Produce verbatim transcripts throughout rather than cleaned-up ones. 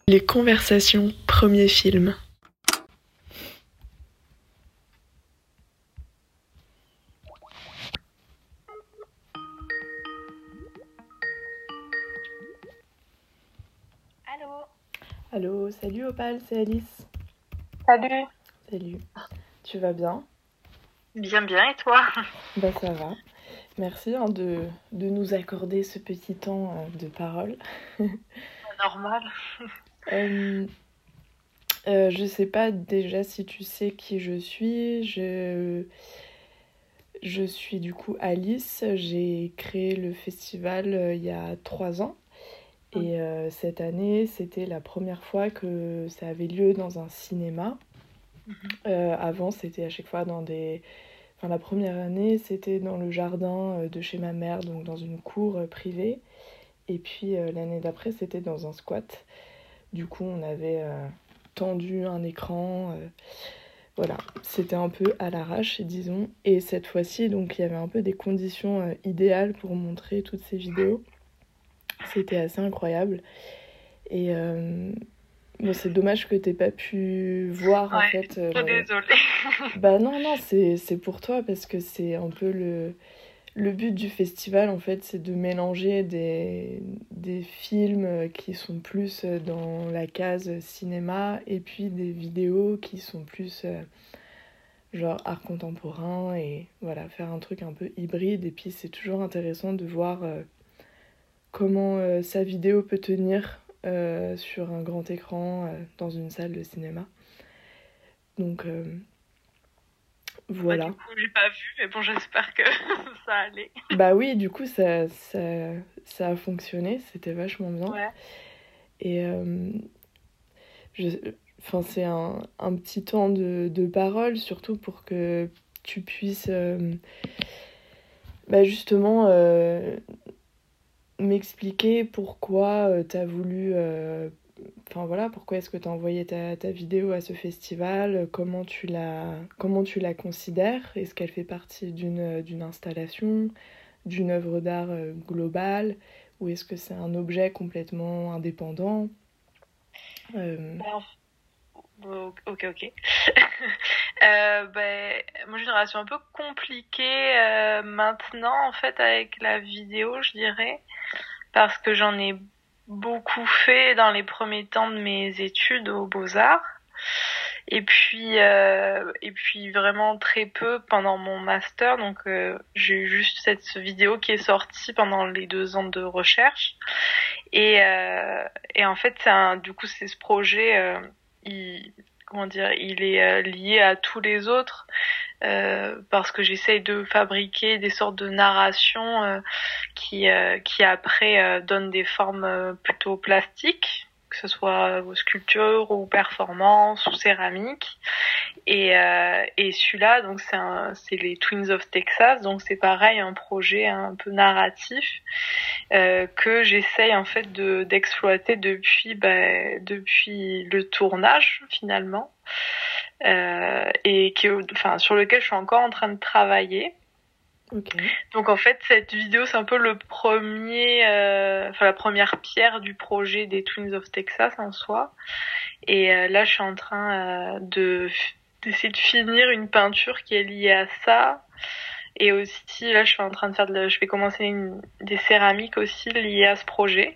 Les conversations, premier film. Allô. Allô, salut Opal, c'est Alice. Salut. Salut. Tu vas bien? Bien, bien, et toi? Bah ça va. Merci hein, de, de nous accorder ce petit temps euh, de parole. Normal. Euh, euh, je sais pas déjà si tu sais qui je suis. Je, je suis du coup Alice. J'ai créé le festival euh, il y a trois ans. Et euh, cette année, c'était la première fois que ça avait lieu dans un cinéma. Euh, avant, c'était à chaque fois dans des... Enfin, la première année, c'était dans le jardin euh, de chez ma mère, donc dans une cour euh, privée. Et puis euh, l'année d'après, c'était dans un squat. Du coup, on avait euh, tendu un écran. euh, Voilà, c'était un peu à l'arrache, disons. Et cette fois-ci, donc, il y avait un peu des conditions euh, idéales pour montrer toutes ces vidéos. C'était assez incroyable. Et euh, bon, c'est dommage que t'aies pas pu voir, en Ouais, fait. euh, trop désolée. Bah non, non, c'est, c'est pour toi, parce que c'est un peu le... Le but du festival, en fait, c'est de mélanger des, des films qui sont plus dans la case cinéma et puis des vidéos qui sont plus euh, genre art contemporain et voilà, faire un truc un peu hybride. Et puis c'est toujours intéressant de voir euh, comment euh, sa vidéo peut tenir euh, sur un grand écran euh, dans une salle de cinéma. Donc euh, Bah, voilà. du coup, j'ai pas vu, mais bon, j'espère que ça allait. Bah oui, du coup, ça, ça, ça a fonctionné, c'était vachement bien. Ouais. Et euh, je, enfin, c'est un, un petit temps de, de parole, surtout pour que tu puisses euh, bah justement euh, m'expliquer pourquoi euh, t'as voulu... euh, Enfin voilà, pourquoi est-ce que t'as envoyé ta, ta vidéo à ce festival? Comment tu la, comment tu la considères? Est-ce qu'elle fait partie d'une, d'une installation, d'une œuvre d'art euh, globale? Ou est-ce que c'est un objet complètement indépendant? Euh, Bah, bon, ok, ok. euh, ben, moi, j'ai une relation un peu compliquée euh, maintenant, en fait, avec la vidéo, je dirais, parce que j'en ai beaucoup fait dans les premiers temps de mes études aux Beaux-Arts. Et puis, euh, et puis vraiment très peu pendant mon master. Donc, euh, j'ai eu juste cette vidéo qui est sortie pendant les deux ans de recherche. Et, euh, et en fait, c'est un, du coup, c'est ce projet, euh, il, comment dire, il est euh, lié à tous les autres euh, parce que j'essaye de fabriquer des sortes de narrations euh, qui, euh, qui après euh, donnent des formes euh, plutôt plastiques, que ce soit euh, sculpture ou performance ou céramique. Et, euh, et celui-là, donc c'est, un, c'est les Twins of Texas, donc c'est pareil, un projet un peu narratif euh, que j'essaye en fait de d'exploiter depuis bah, depuis le tournage finalement, euh, et qui, enfin sur lequel je suis encore en train de travailler. ok. Donc en fait cette vidéo c'est un peu le premier, euh, enfin la première pierre du projet des Twins of Texas en soi. Et euh, là je suis en train euh, de d'essayer de finir une peinture qui est liée à ça. Et aussi, là, je suis en train de faire de la, je vais commencer une, des céramiques aussi liées à ce projet.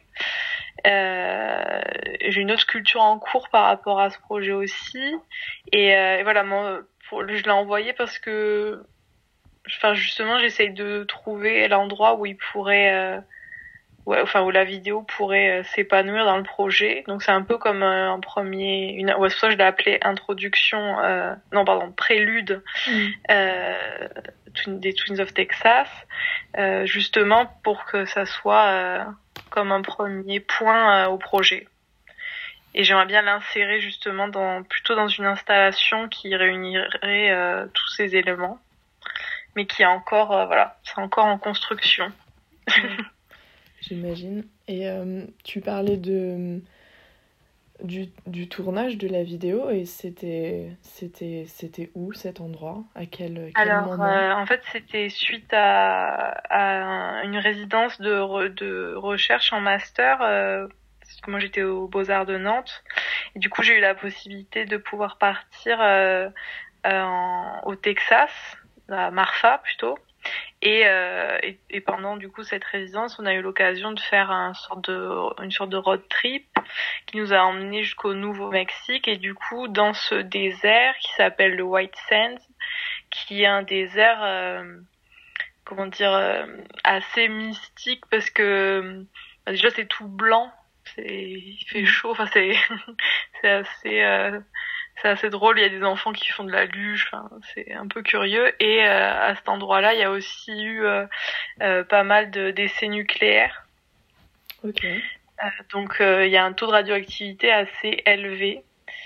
Euh, j'ai une autre sculpture en cours par rapport à ce projet aussi. Et, euh, et voilà, moi, pour, je l'ai envoyé parce que, enfin, justement, j'essaye de trouver l'endroit où il pourrait, euh, ouais, enfin, où la vidéo pourrait euh, s'épanouir dans le projet. Donc, c'est un peu comme un, un premier, une, ouais, c'est pour ça que je l'ai appelé introduction, euh, non, pardon, prélude, Mm. euh, des Twins of Texas, euh, justement pour que ça soit euh, comme un premier point euh, au projet. Et j'aimerais bien l'insérer justement dans plutôt dans une installation qui réunirait euh, tous ces éléments, mais qui est encore euh, voilà, c'est encore en construction. Ouais, j'imagine. Et euh, tu parlais de, du, du tournage de la vidéo et c'était, c'était, c'était où cet endroit? À quel, quel Alors, moment? euh, en fait, c'était suite à, à une résidence de, re, de recherche en master. Euh, parce que moi j'étais aux Beaux-Arts de Nantes. Et du coup, j'ai eu la possibilité de pouvoir partir euh, euh, en, au Texas, à Marfa plutôt. Et, euh, et, et pendant du coup cette résidence, on a eu l'occasion de faire un sorte de, une sorte de road trip qui nous a emmenés jusqu'au Nouveau-Mexique. Et du coup, dans ce désert qui s'appelle le White Sands, qui est un désert, euh, comment dire, euh, assez mystique parce que bah, déjà c'est tout blanc, c'est, il fait chaud, enfin c'est, c'est assez, euh, c'est assez drôle. Il y a des enfants qui font de la luge, enfin c'est un peu curieux. Et euh, à cet endroit-là, il y a aussi eu euh, euh, pas mal de d'essais nucléaires. Ok. Euh, donc euh, il y a un taux de radioactivité assez élevé.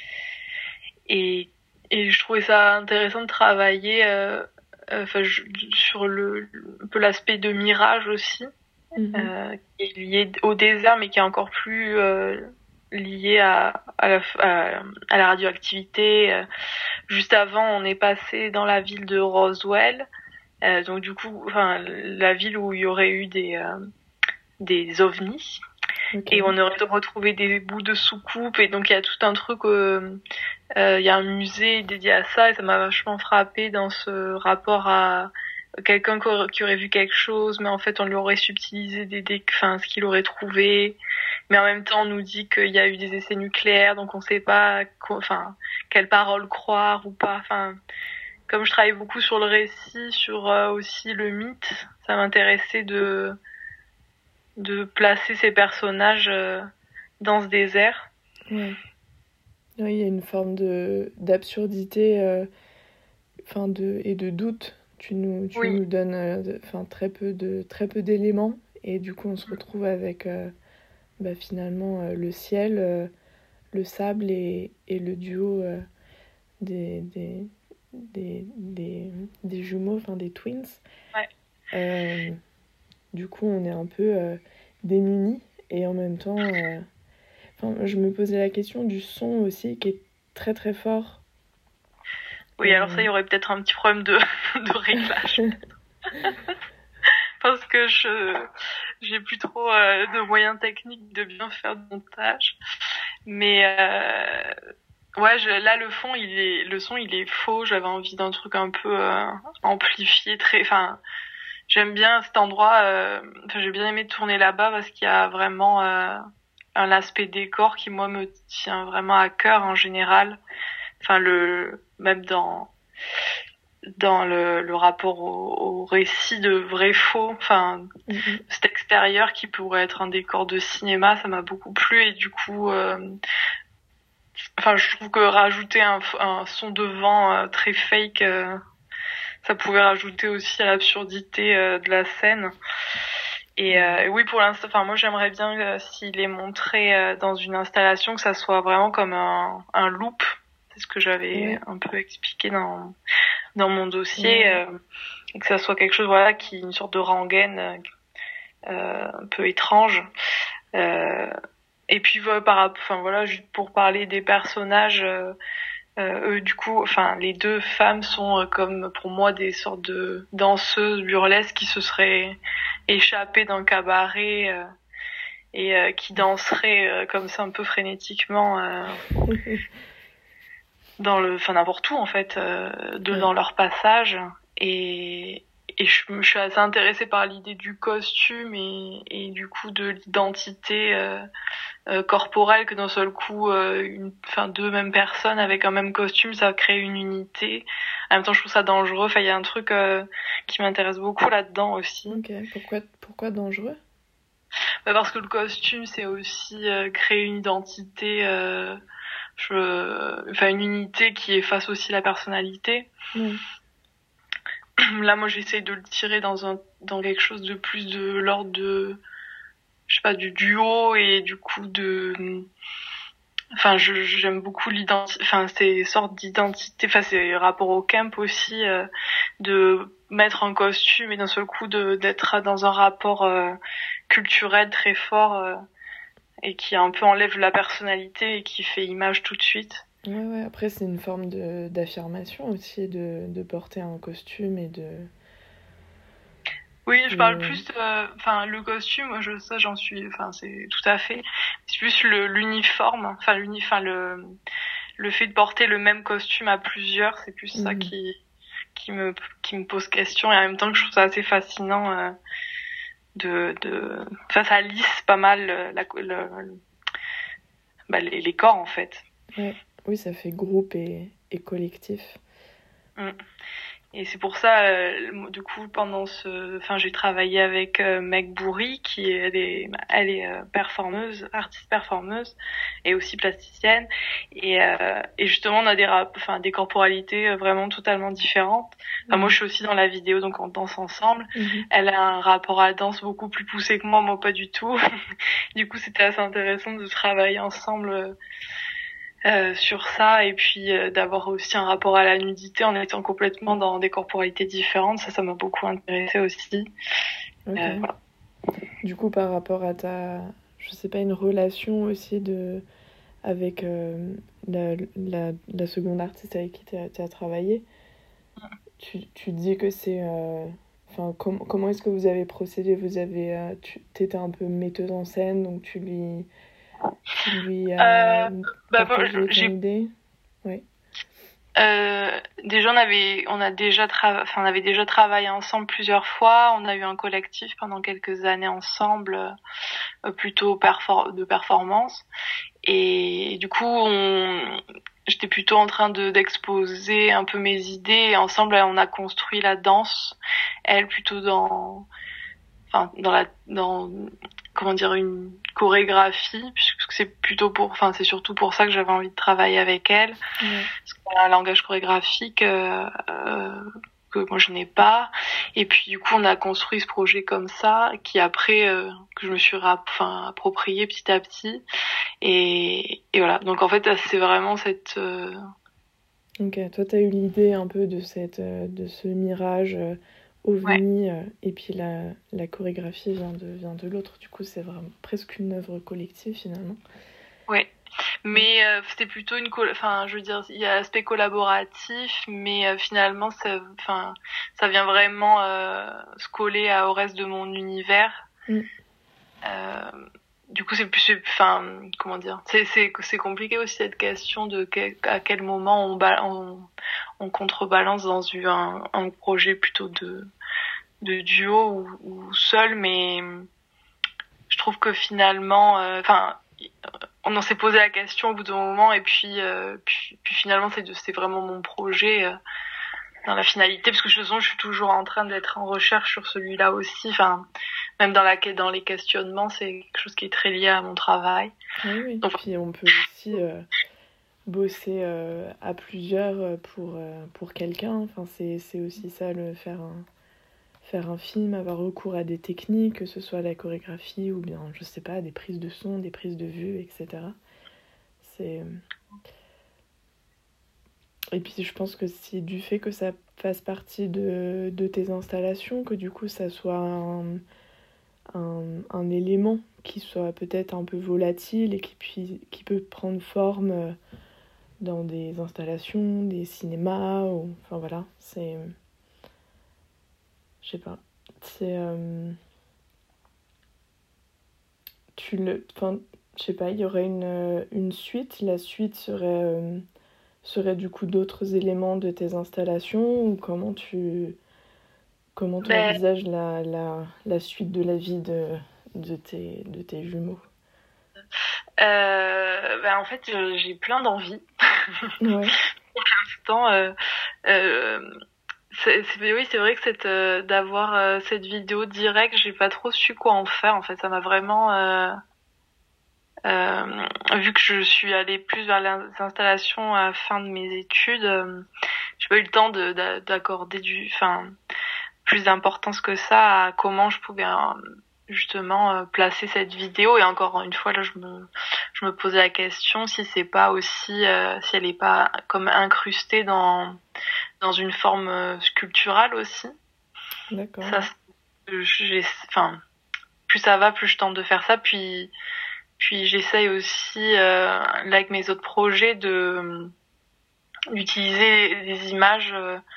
Et et je trouvais ça intéressant de travailler euh, enfin je, sur le un peu l'aspect de mirage aussi, Mhm. euh, qui est lié au désert mais qui est encore plus euh, lié à à la, à, à la radioactivité. Euh, juste avant, on est passé dans la ville de Roswell, euh, donc du coup, enfin la ville où il y aurait eu des euh, des ovnis. Ok. Et on aurait retrouvé des bouts de soucoupe, et donc il y a tout un truc, euh, euh, il y a un musée dédié à ça, et ça m'a vachement frappé dans ce rapport à quelqu'un qui aurait vu quelque chose, mais en fait on lui aurait subtilisé des, des, enfin ce qu'il aurait trouvé, mais en même temps on nous dit qu'il y a eu des essais nucléaires, donc on sait pas, enfin quelle parole croire ou pas. Enfin, comme je travaille beaucoup sur le récit, sur euh, aussi le mythe, ça m'intéressait de de placer ces personnages euh, dans ce désert. Ouais. Oui, il y a une forme de d'absurdité euh, enfin de, et de doute. Tu nous, tu Oui. nous donnes euh, enfin, très peu de, très peu d'éléments et du coup on se retrouve avec euh, bah, finalement euh, le ciel, euh, le sable et, et le duo euh, des, des, des, des, des jumeaux, enfin des twins. Ouais. Euh, du coup on est un peu euh, démunis et en même temps... Euh, Enfin, je me posais la question du son aussi, qui est très très fort. Oui, Et alors ça, il y aurait peut-être un petit problème de, de réglage. Parce que je j'ai plus trop euh, de moyens techniques de bien faire de montage. Mais euh, ouais, je, là le fond, il est le son, il est faux. J'avais envie d'un truc un peu euh, amplifié, très. Enfin, j'aime bien cet endroit. Euh, enfin, j'ai bien aimé tourner là-bas parce qu'il y a vraiment euh, un aspect décor qui moi me tient vraiment à cœur en général. Enfin, le même dans dans le, le rapport au, au récit de vrai faux, enfin mm-hmm. cet extérieur qui pourrait être un décor de cinéma, ça m'a beaucoup plu. Et du coup euh, enfin je trouve que rajouter un, un son de vent euh, très fake, euh, ça pouvait rajouter aussi à l'absurdité euh, de la scène. Et euh, oui, pour l'instant, enfin moi j'aimerais bien euh, s'il est montré euh, dans une installation, que ça soit vraiment comme un, un loop. C'est ce que j'avais Ouais. un peu expliqué dans dans mon dossier, Ouais. euh, et que ça soit quelque chose, voilà, qui une sorte de rengaine euh, un peu étrange. Euh, et puis voilà, par, enfin voilà, juste pour parler des personnages, euh, euh, eux du coup, enfin les deux femmes sont euh, comme pour moi des sortes de danseuses burlesques qui se seraient échappées d'un cabaret euh, et euh, qui danseraient euh, comme ça un peu frénétiquement euh, dans le, enfin n'importe où en fait, euh, de, Ouais. dans leur passage. Et, et je, je suis assez intéressée par l'idée du costume et, et du coup de l'identité euh, euh, corporelle, que d'un seul coup, euh, une, enfin deux mêmes personnes avec un même costume, ça crée une unité. En même temps, je trouve ça dangereux. Enfin, il y a un truc euh, qui m'intéresse beaucoup là-dedans aussi. Ok, pourquoi, pourquoi dangereux? Bah, parce que le costume, c'est aussi euh, créer une identité. Euh, je... Enfin, une unité qui efface aussi la personnalité. Ouais. Là, moi, j'essaye de le tirer dans un, dans quelque chose de plus de l'ordre de, je sais pas, du duo et du coup de, enfin, je, j'aime beaucoup l'identité, enfin, ces sortes d'identité, enfin, ces rapports au camp aussi, euh, de mettre un costume et d'un seul coup de, d'être dans un rapport euh, culturel très fort euh, et qui un peu enlève la personnalité et qui fait image tout de suite. Ouais, ouais, après c'est une forme de, d'affirmation aussi de, de porter un costume et de... Oui, je Et, parle euh, plus, enfin le costume, moi, je ça j'en suis, enfin c'est tout à fait. C'est plus le l'uniforme, enfin l'uni, enfin le le fait de porter le même costume à plusieurs, c'est plus ça mhm. qui qui me qui me pose question et en même temps que je trouve ça assez fascinant euh, de de, enfin ça lisse pas mal euh, la le, bah, les, les corps en fait. Ouais. Oui, ça fait groupe et, et collectif. Mm. Et c'est pour ça, euh, du coup, pendant ce, enfin, j'ai travaillé avec euh, Meg Bourri, qui elle est, elle est euh, performeuse, artiste performeuse, et aussi plasticienne. Et, euh, et justement, on a des, rap- enfin, des corporalités euh, vraiment totalement différentes. Enfin, moi, je suis aussi dans la vidéo, donc on danse ensemble. Mhm. Elle a un rapport à la danse beaucoup plus poussé que moi, moi pas du tout. Du coup, c'était assez intéressant de travailler ensemble. Euh, euh, sur ça et puis euh, d'avoir aussi un rapport à la nudité en étant complètement dans des corporalités différentes, ça ça m'a beaucoup intéressé aussi. Ok. Euh, voilà. Du coup, par rapport à ta, je sais pas, une relation aussi de, avec euh, la, la, la seconde artiste avec qui tu as travaillé, tu, tu dis que c'est... euh, Enfin, com- comment est-ce que vous avez procédé? Vous avez... euh, tu étais un peu metteuse en scène, donc tu lui, tu lui as Euh, bah, bon, partagé ton j'ai idée? Oui. euh, déjà on avait on a déjà tra- enfin on avait déjà travaillé ensemble plusieurs fois, on a eu un collectif pendant quelques années ensemble euh, plutôt perfor- de performance. Et du coup, on... j'étais plutôt en train de d'exposer un peu mes idées. Et ensemble, on a construit la danse. Elle plutôt dans, enfin, dans la, dans, comment dire, une chorégraphie, puisque c'est plutôt pour, enfin, c'est surtout pour ça que j'avais envie de travailler avec elle. Ouais. Parce qu'on a un langage chorégraphique euh, euh, que moi je n'ai pas. Et puis du coup, on a construit ce projet comme ça, qui après euh, que je me suis rap- enfin, approprié petit à petit. Et, et voilà. Donc en fait, c'est vraiment cette. Euh... Ok, toi, tu as eu l'idée un peu de, cette, euh, de ce mirage euh, Ouais, ovni, euh, et puis la, la chorégraphie vient de, vient de l'autre. Du coup, c'est vraiment presque une œuvre collective finalement. ouais. Ouais. Mais euh, c'était plutôt une. Col- Enfin, je veux dire, il y a l'aspect collaboratif, mais euh, finalement, ça, enfin, ça vient vraiment euh, se coller à, au reste de mon univers. Mm. Euh, du coup, c'est plus, c'est- enfin, comment dire, c'est c'est c'est compliqué aussi cette question de que, à quel moment on, ba- on on contrebalance dans une- un, un projet plutôt de de duo ou, ou seul, mais je trouve que finalement, enfin, euh, on en s'est posé la question au bout d'un moment, et puis euh, puis, puis finalement, c'est c'est vraiment mon projet. Euh, dans la finalité, parce que de toute façon je suis toujours en train d'être en recherche sur celui-là aussi, enfin même dans la dans les questionnements, c'est quelque chose qui est très lié à mon travail. Oui, oui. Donc Puis on peut aussi euh, bosser euh, à plusieurs euh, pour, euh, pour quelqu'un. Enfin, c'est, c'est aussi ça, le faire un, faire un film, avoir recours à des techniques, que ce soit la chorégraphie ou bien, je sais pas, des prises de son, des prises de vue, et cetera. C'est... Et puis je pense que c'est du fait que ça fasse partie de, de tes installations, que du coup ça soit un, un, un élément qui soit peut-être un peu volatile et qui, puis, qui peut prendre forme euh, dans des installations, des cinémas, ou... enfin voilà, c'est... Je sais pas. C'est... Euh... Tu le... Enfin, je sais pas, il y aurait une, une suite. La suite serait, euh, serait du coup d'autres éléments de tes installations, ou comment tu... Comment tu ben, envisages la, la, la suite de la vie de, de, tes, de tes jumeaux? euh, ben en fait, euh, j'ai plein d'envies. Ouais. Pourtant, euh, euh, c'est, c'est- oui, c'est vrai que cette euh, d'avoir euh, cette vidéo directe, j'ai pas trop su quoi en faire. En fait, ça m'a vraiment euh, euh, vu que je suis allée plus vers les installations à la fin de mes études, euh, j'ai pas eu le temps de, d'a- d'accorder du, enfin, plus d'importance que ça à comment je pouvais euh, justement euh, placer cette vidéo. Et encore une fois, là, je me, je me posais la question si c'est pas aussi, euh, si elle est pas comme incrustée dans dans une forme euh, sculpturale aussi. D'accord, Ça, ouais. j'ai, enfin, plus ça va, plus je tente de faire ça. Puis, puis j'essaye aussi, euh, là avec mes autres projets, de d'utiliser des images euh,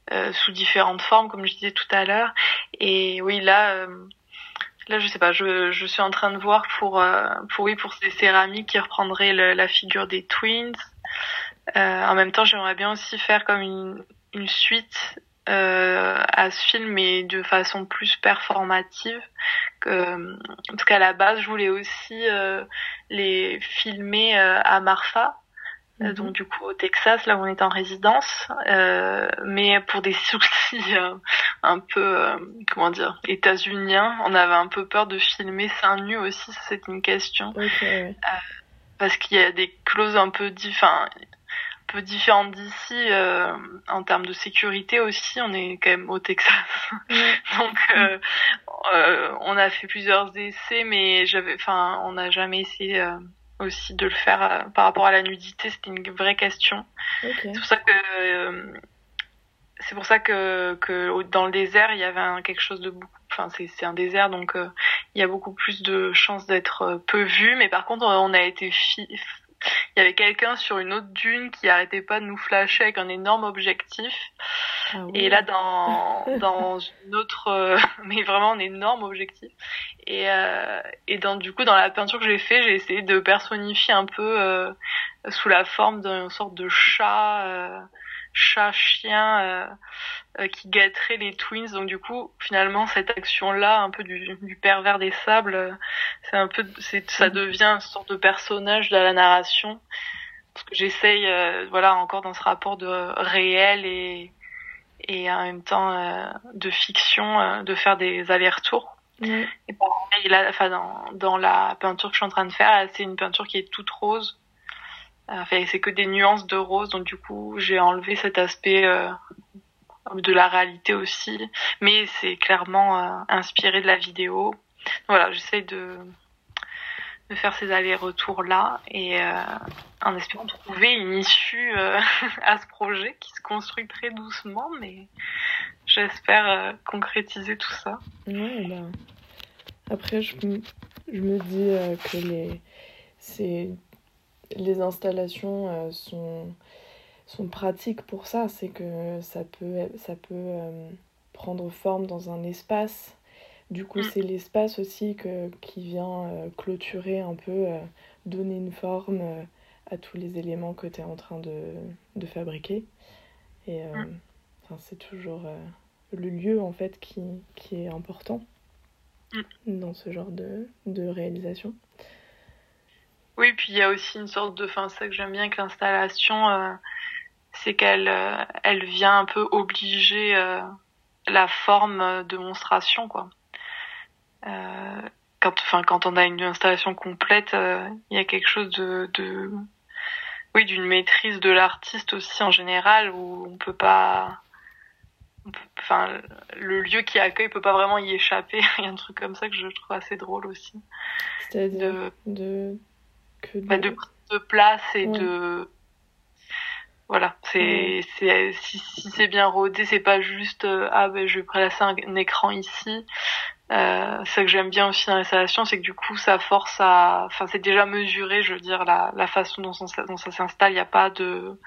euh, sous différentes formes, comme je disais tout à l'heure. Et oui, là, euh, là, je sais pas, je, je suis en train de voir pour, euh, pour oui, pour ces céramiques qui reprendraient le, la figure des twins. Euh, en même temps, j'aimerais bien aussi faire comme une, une suite euh, à ce film, mais de façon plus performative. Que, en tout cas, à la base, je voulais aussi euh, les filmer euh, à Marfa. Euh, donc du coup au Texas, là où on est en résidence, euh, mais pour des soucis euh, un peu, euh, comment dire, états-uniens, on avait un peu peur de filmer seins nus aussi, ça c'était une question. Ok, ouais. Euh, parce qu'il y a des clauses un peu, di- enfin, un peu différentes d'ici, euh, en termes de sécurité aussi, on est quand même au Texas. Ouais. Donc euh, euh, on a fait plusieurs essais, mais j'avais, enfin, on n'a jamais essayé... Euh, aussi de le faire euh, par rapport à la nudité, c'était une vraie question. Okay. C'est pour ça que euh, c'est pour ça que que dans le désert il y avait un, quelque chose de beaucoup, enfin c'est c'est un désert donc euh, il y a beaucoup plus de chances d'être euh, peu vu, mais par contre on a été fi- il y avait quelqu'un sur une autre dune qui arrêtait pas de nous flasher avec un énorme objectif. Ah ouais. Et là dans dans une autre euh, mais vraiment un énorme objectif. Et euh, et dans du coup dans la peinture que j'ai fait, j'ai essayé de personnifier un peu euh, sous la forme d'une sorte de chat euh, chat chien euh, euh, qui gâterait les twins. Donc du coup finalement cette action là un peu du, du pervers des sables, euh, c'est un peu c'est ça devient une sorte de personnage de la narration, parce que j'essaye euh, voilà encore dans ce rapport de réel et et en même temps euh, de fiction, euh, de faire des allers-retours. Ouais. Et pareil, là, enfin, dans, dans la peinture que je suis en train de faire, c'est une peinture qui est toute rose. Enfin, c'est que des nuances de rose, donc du coup, j'ai enlevé cet aspect euh, de la réalité aussi. Mais c'est clairement euh, inspiré de la vidéo. Voilà, j'essaie de de faire ces allers-retours-là et euh, en espérant trouver une issue euh, à ce projet qui se construit très doucement, mais j'espère euh, concrétiser tout ça. Ouais, bah... Après, je, je me dis euh, que les, c'est, les installations euh, sont, sont pratiques pour ça. C'est que ça peut, ça peut euh, prendre forme dans un espace. Du coup, c'est l'espace aussi que, qui vient euh, clôturer un peu, euh, donner une forme euh, à tous les éléments que tu es en train de, de fabriquer. Et euh, Mm. enfin, c'est toujours euh, le lieu en fait qui, qui est important mm. dans ce genre de, de réalisation. Oui, puis il y a aussi une sorte de... Enfin, c'est ça que j'aime bien avec l'installation, euh, c'est qu'elle euh, elle vient un peu obliger euh, la forme de monstration, quoi. Euh, quand, enfin, quand on a une installation complète, euh, il y a quelque chose de, de, oui, d'une maîtrise de l'artiste aussi en général, où on peut pas, on peut, enfin, le lieu qui accueille peut pas vraiment y échapper. Il y a un truc comme ça que je trouve assez drôle aussi. C'est-à-dire de, de, que de... bah, de prise de place et ouais. de, voilà, c'est, ouais. c'est, si, si c'est bien rodé, c'est pas juste, euh, ah ben, je vais placer un, un écran ici. Euh, ce que j'aime bien aussi dans l'installation, c'est que du coup, ça force à, enfin, c'est déjà mesuré, je veux dire, la, la façon dont, on, dont ça s'installe. Il n'y a pas de,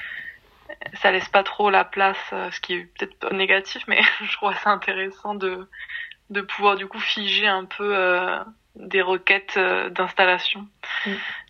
ça laisse pas trop la place, ce qui est peut-être pas négatif, mais je trouve ça intéressant de, de pouvoir du coup figer un peu euh, des requêtes euh, d'installation. Mm.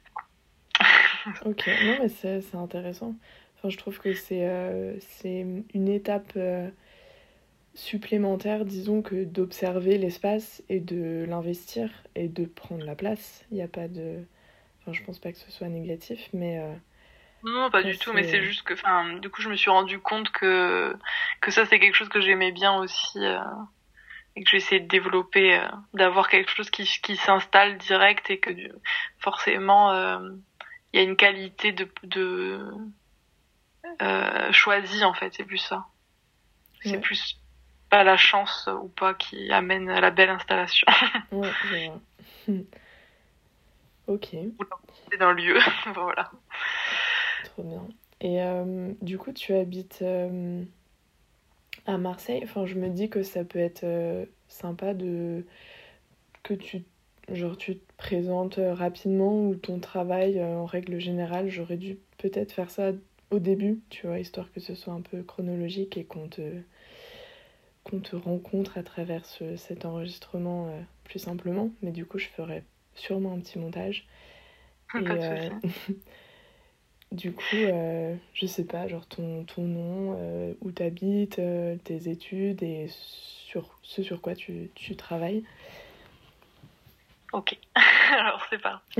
Ok, non mais c'est, c'est intéressant. Enfin, je trouve que c'est, euh, c'est une étape euh, supplémentaire, disons, que d'observer l'espace et de l'investir et de prendre la place. Il n'y a pas de... Enfin, je pense pas que ce soit négatif, mais... Euh, non, pas du tout, c'est... mais c'est juste que, enfin, du coup, je me suis rendu compte que, que ça, c'est quelque chose que j'aimais bien aussi, euh, et que j'essaie de développer, euh, d'avoir quelque chose qui, qui s'installe direct et que, forcément, euh, il y a une qualité de, de, euh, choisie, en fait, c'est plus ça. C'est ouais. plus pas la chance ou pas qui amène à la belle installation. Ouais, je vois. Ok. C'est dans le lieu, voilà. Trop bien. Et euh, du coup, tu habites euh, à Marseille. Enfin, je me dis que ça peut être euh, sympa de que tu genre tu te présentes rapidement ou ton travail euh, en règle générale. J'aurais dû peut-être faire ça au début, tu vois, histoire que ce soit un peu chronologique et qu'on te, qu'on te rencontre à travers ce, cet enregistrement euh, plus simplement. Mais du coup, je ferai sûrement un petit montage. Pas Et de euh, souci. du coup, euh, je sais pas, genre ton, ton nom, euh, où t'habites, euh, tes études et sur ce sur quoi tu, tu travailles. Ok, alors c'est parti.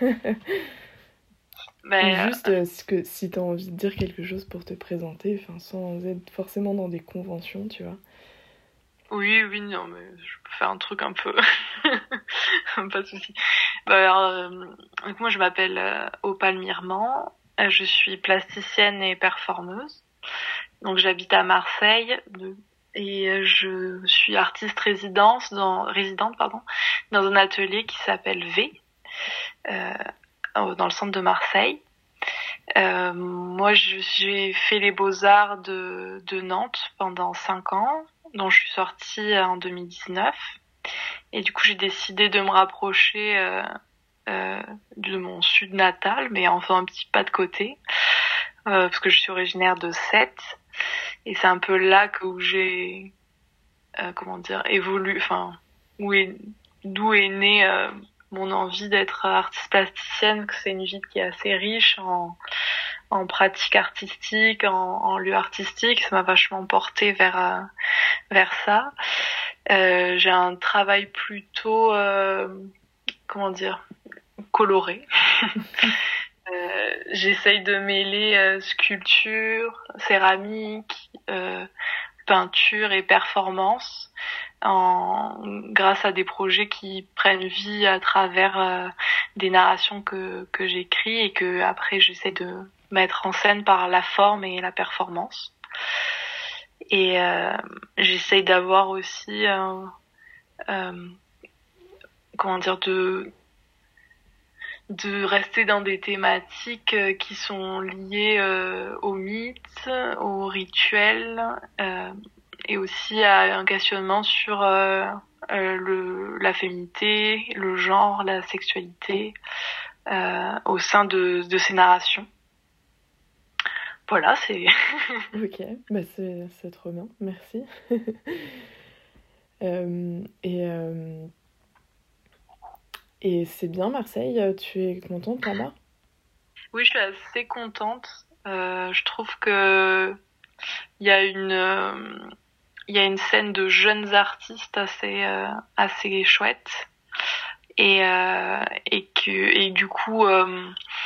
Ou Mais juste euh, euh, ce que, si t'as envie de dire quelque chose pour te présenter, enfin, sans être forcément dans des conventions, tu vois. oui, oui, non, mais je peux faire un truc un peu. Pas de souci. Bah, alors, euh, donc moi, je m'appelle euh, Opal Mirman. Euh, Je suis plasticienne et performeuse. Donc, j'habite à Marseille de- et euh, je suis artiste résidence dans, résidente pardon, dans un atelier qui s'appelle V, euh, dans le centre de Marseille. Euh, moi, je- j'ai fait les beaux-arts de, de Nantes pendant cinq ans, dont je suis sortie en deux mille dix-neuf. Et du coup, j'ai décidé de me rapprocher euh, euh, de mon sud natal, mais en faisant un petit pas de côté, euh, parce que je suis originaire de Sète. Et c'est un peu là que où j'ai, euh, comment dire, évolué, enfin, où est, d'où est née euh, mon envie d'être artiste plasticienne, que c'est une ville qui est assez riche en en pratique artistique, en, en lieu artistique, ça m'a vachement porté vers euh, vers ça. Euh, j'ai un travail plutôt, euh, comment dire, coloré. euh, j'essaye de mêler euh, sculpture, céramique, euh, peinture et performance, en, grâce à des projets qui prennent vie à travers euh, des narrations que que j'écris et que après j'essaie de mettre en scène par la forme et la performance. Et euh, j'essaye d'avoir aussi euh, euh, comment dire de de rester dans des thématiques euh, qui sont liées euh, aux mythes, aux rituels euh, et aussi à un questionnement sur euh, euh, le, la féminité, le genre, la sexualité euh, au sein de, de ces narrations. Voilà, c'est... Ok, bah c'est, c'est trop bien, merci. Euh, et, euh, et c'est bien Marseille, tu es contente là-bas? Oui, je suis assez contente. Euh, je trouve que il y a une euh, il y a une scène de jeunes artistes assez euh, assez chouette et euh, et que et du coup euh,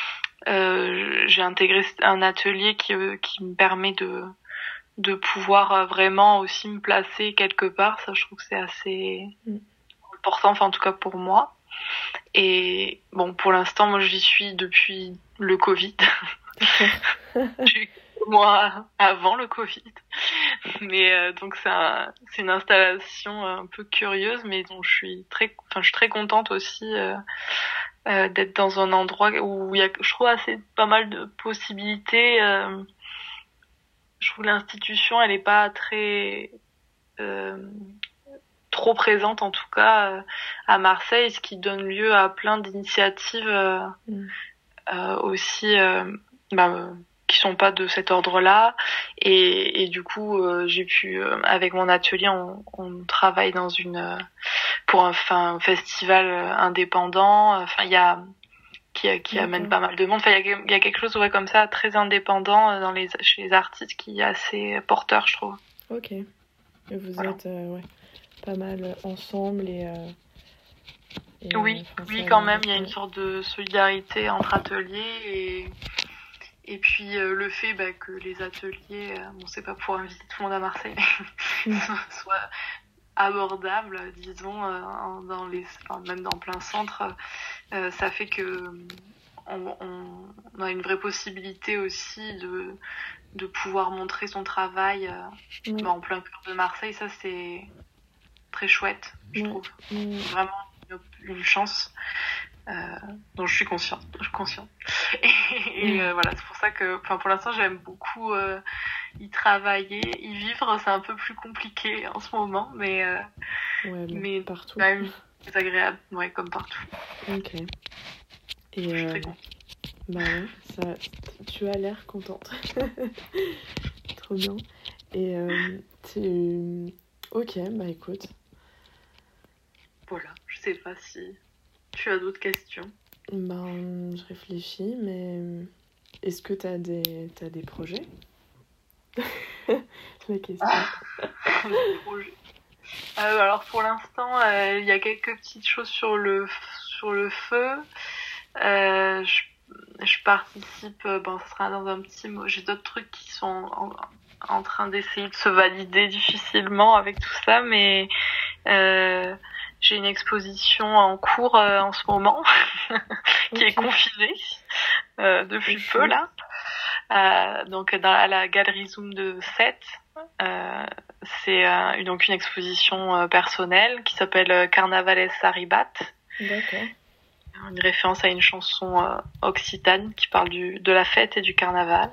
euh, j'ai intégré un atelier qui qui me permet de de pouvoir vraiment aussi me placer quelque part. Ça, je trouve que c'est assez Mm. important, enfin en tout cas pour moi. Et bon, pour l'instant, moi j'y suis depuis le Covid. D'accord. J'ai eu quelques mois avant le Covid. Mais euh, donc c'est un, c'est une installation un peu curieuse, mais dont je suis très, enfin je suis très contente aussi euh, euh, d'être dans un endroit où il y a, je trouve assez pas mal de possibilités. Euh, je trouve l'institution, elle est pas très euh, trop présente en tout cas euh, à Marseille, ce qui donne lieu à plein d'initiatives euh, Mm. euh, aussi. Euh, bah, qui sont pas de cet ordre-là et, et du coup euh, j'ai pu euh, avec mon atelier on, on travaille dans une euh, pour un, enfin, un festival euh, indépendant enfin il y a qui, qui amène pas mal de monde enfin il y a, y a quelque chose ouais comme ça très indépendant euh, dans les chez les artistes qui est assez porteur je trouve. Ok. Et vous Voilà. êtes euh, ouais, pas mal ensemble et, euh, et Oui, euh, oui ça a quand l'air même il y a une ouais. sorte de solidarité entre ateliers et et puis euh, le fait bah, que les ateliers, euh, bon c'est pas pour inviter tout le monde à Marseille, mais Mm. soient abordables, disons, euh, dans les, enfin, même dans plein centre, euh, ça fait que on, on, on a une vraie possibilité aussi de de pouvoir montrer son travail euh, Ouais. bah, en plein cœur de Marseille. Ça c'est très chouette, je Ouais. trouve. Mm. Vraiment une, une chance. Euh, dont je suis consciente, je suis consciente. Et, et euh, voilà, c'est pour ça que, enfin, pour l'instant, j'aime beaucoup euh, y travailler, y vivre. C'est un peu plus compliqué en ce moment, mais euh, Ouais, bon, mais partout. quand même très agréable, ouais, comme partout. Ok. Et Je suis euh, très contente. Bah ouais, ça, tu as l'air contente. Trop bien. Et euh, tu... Ok, bah écoute. Voilà, je sais pas si tu as d'autres questions. Ben, je réfléchis, mais est-ce que t'as des, t'as des projets? La question. Des projets. Euh, alors pour l'instant, euh, il y a quelques petites choses sur le, sur le feu. Euh, je, je participe, euh, bon, ça sera dans un petit mot. J'ai d'autres trucs qui sont en, en train d'essayer de se valider difficilement avec tout ça, mais euh, j'ai une exposition en cours euh, en ce moment qui Ok. est confinée euh, depuis Ok. peu là. Euh, donc dans, à la galerie Zoom de Sète. Euh, c'est euh, donc une exposition euh, personnelle qui s'appelle euh, Carnavales Arribat. D'accord. Une référence à une chanson euh, occitane qui parle du, de la fête et du carnaval.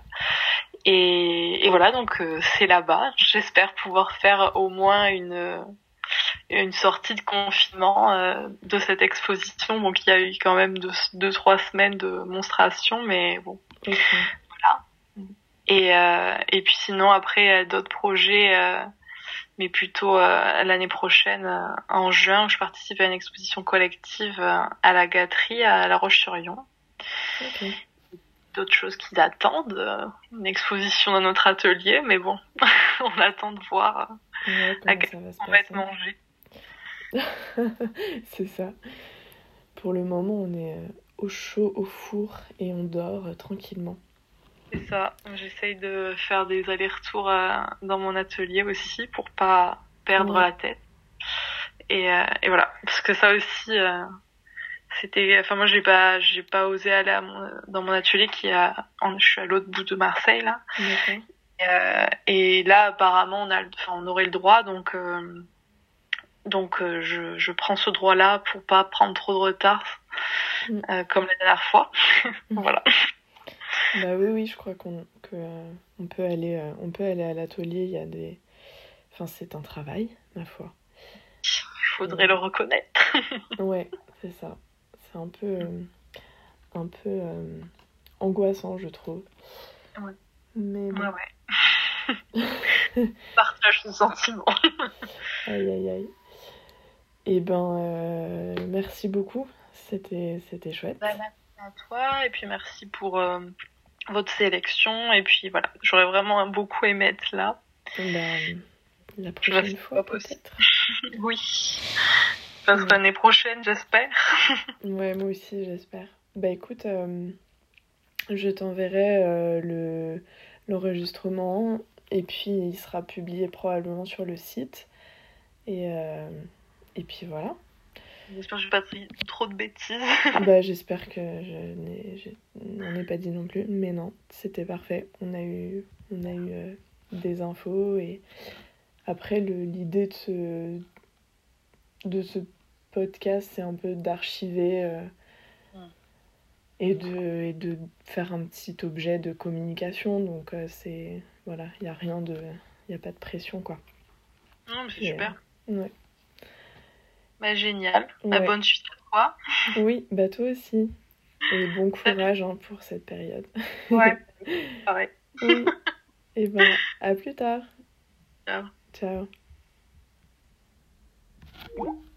Et, et voilà, donc euh, c'est là-bas. J'espère pouvoir faire au moins une une sortie de confinement euh, de cette exposition. Donc il y a eu quand même deux, deux trois semaines de monstration, mais bon. Ok. Voilà. Et euh, et puis sinon après d'autres projets. Euh, mais plutôt euh, l'année prochaine, euh, en juin, où je participe à une exposition collective euh, à la Gâterie à La Roche-sur-Yon. Ok. D'autres choses qui attendent, euh, une exposition dans notre atelier, mais bon, on attend de voir Ouais, à comment quel ça va se moment on va être passer. mangé. C'est ça. Pour le moment, on est euh, au chaud, au four, et on dort euh, tranquillement. C'est ça. J'essaye de faire des allers-retours euh, dans mon atelier aussi pour pas perdre Ouais. la tête. Et, euh, et voilà, parce que ça aussi, euh, c'était, enfin moi j'ai pas, j'ai pas osé aller à mon, dans mon atelier qui a, en, je suis à l'autre bout de Marseille là. D'accord. Et, euh, et là apparemment on a, enfin on aurait le droit, donc euh, donc euh, je, je prends ce droit-là pour pas prendre trop de retard, Mm. euh, comme la dernière fois. Voilà. Bah oui, oui, je crois qu'on que, euh, on peut aller, euh, on peut aller à l'atelier. Il y a des, enfin, c'est un travail, ma foi. Il faudrait Et, le reconnaître. ouais, c'est ça. C'est un peu, euh, un peu euh, angoissant, je trouve. Ouais. Mais bon. Ouais, ouais. Partage ce sentiment. Aïe, aïe, aïe. Et ben, euh, merci beaucoup. C'était, c'était chouette. Bah, merci à toi et puis merci pour euh, votre sélection et puis voilà, j'aurais vraiment beaucoup aimé être là. Bah, la Je sais prochaine pas, fois, pas possible. peut-être. Oui. Ça sera Ouais. l'année prochaine, j'espère. Ouais, moi aussi, j'espère. Bah écoute, euh, je t'enverrai euh, le, l'enregistrement et puis il sera publié probablement sur le site. Et, euh, et puis voilà. J'espère que je vais pas dire trop de bêtises. Bah j'espère que je n'ai, je n'en ai pas dit non plus. Mais non, c'était parfait. On a eu, on a eu euh, des infos et après le, l'idée de ce, de ce podcast, c'est un peu d'archiver euh, Mm. et, de, et de faire un petit objet de communication. Donc euh, c'est... Voilà, il n'y a rien de... Il n'y a pas de pression, quoi. Non, mais c'est Et, super. euh, ouais. Bah, génial. Bah, Ouais. bonne suite à toi. Oui, bah toi aussi. Et bon Salut. courage hein, pour cette période. Ouais, pareil. Oui, et ben à plus tard. Ciao. Ciao.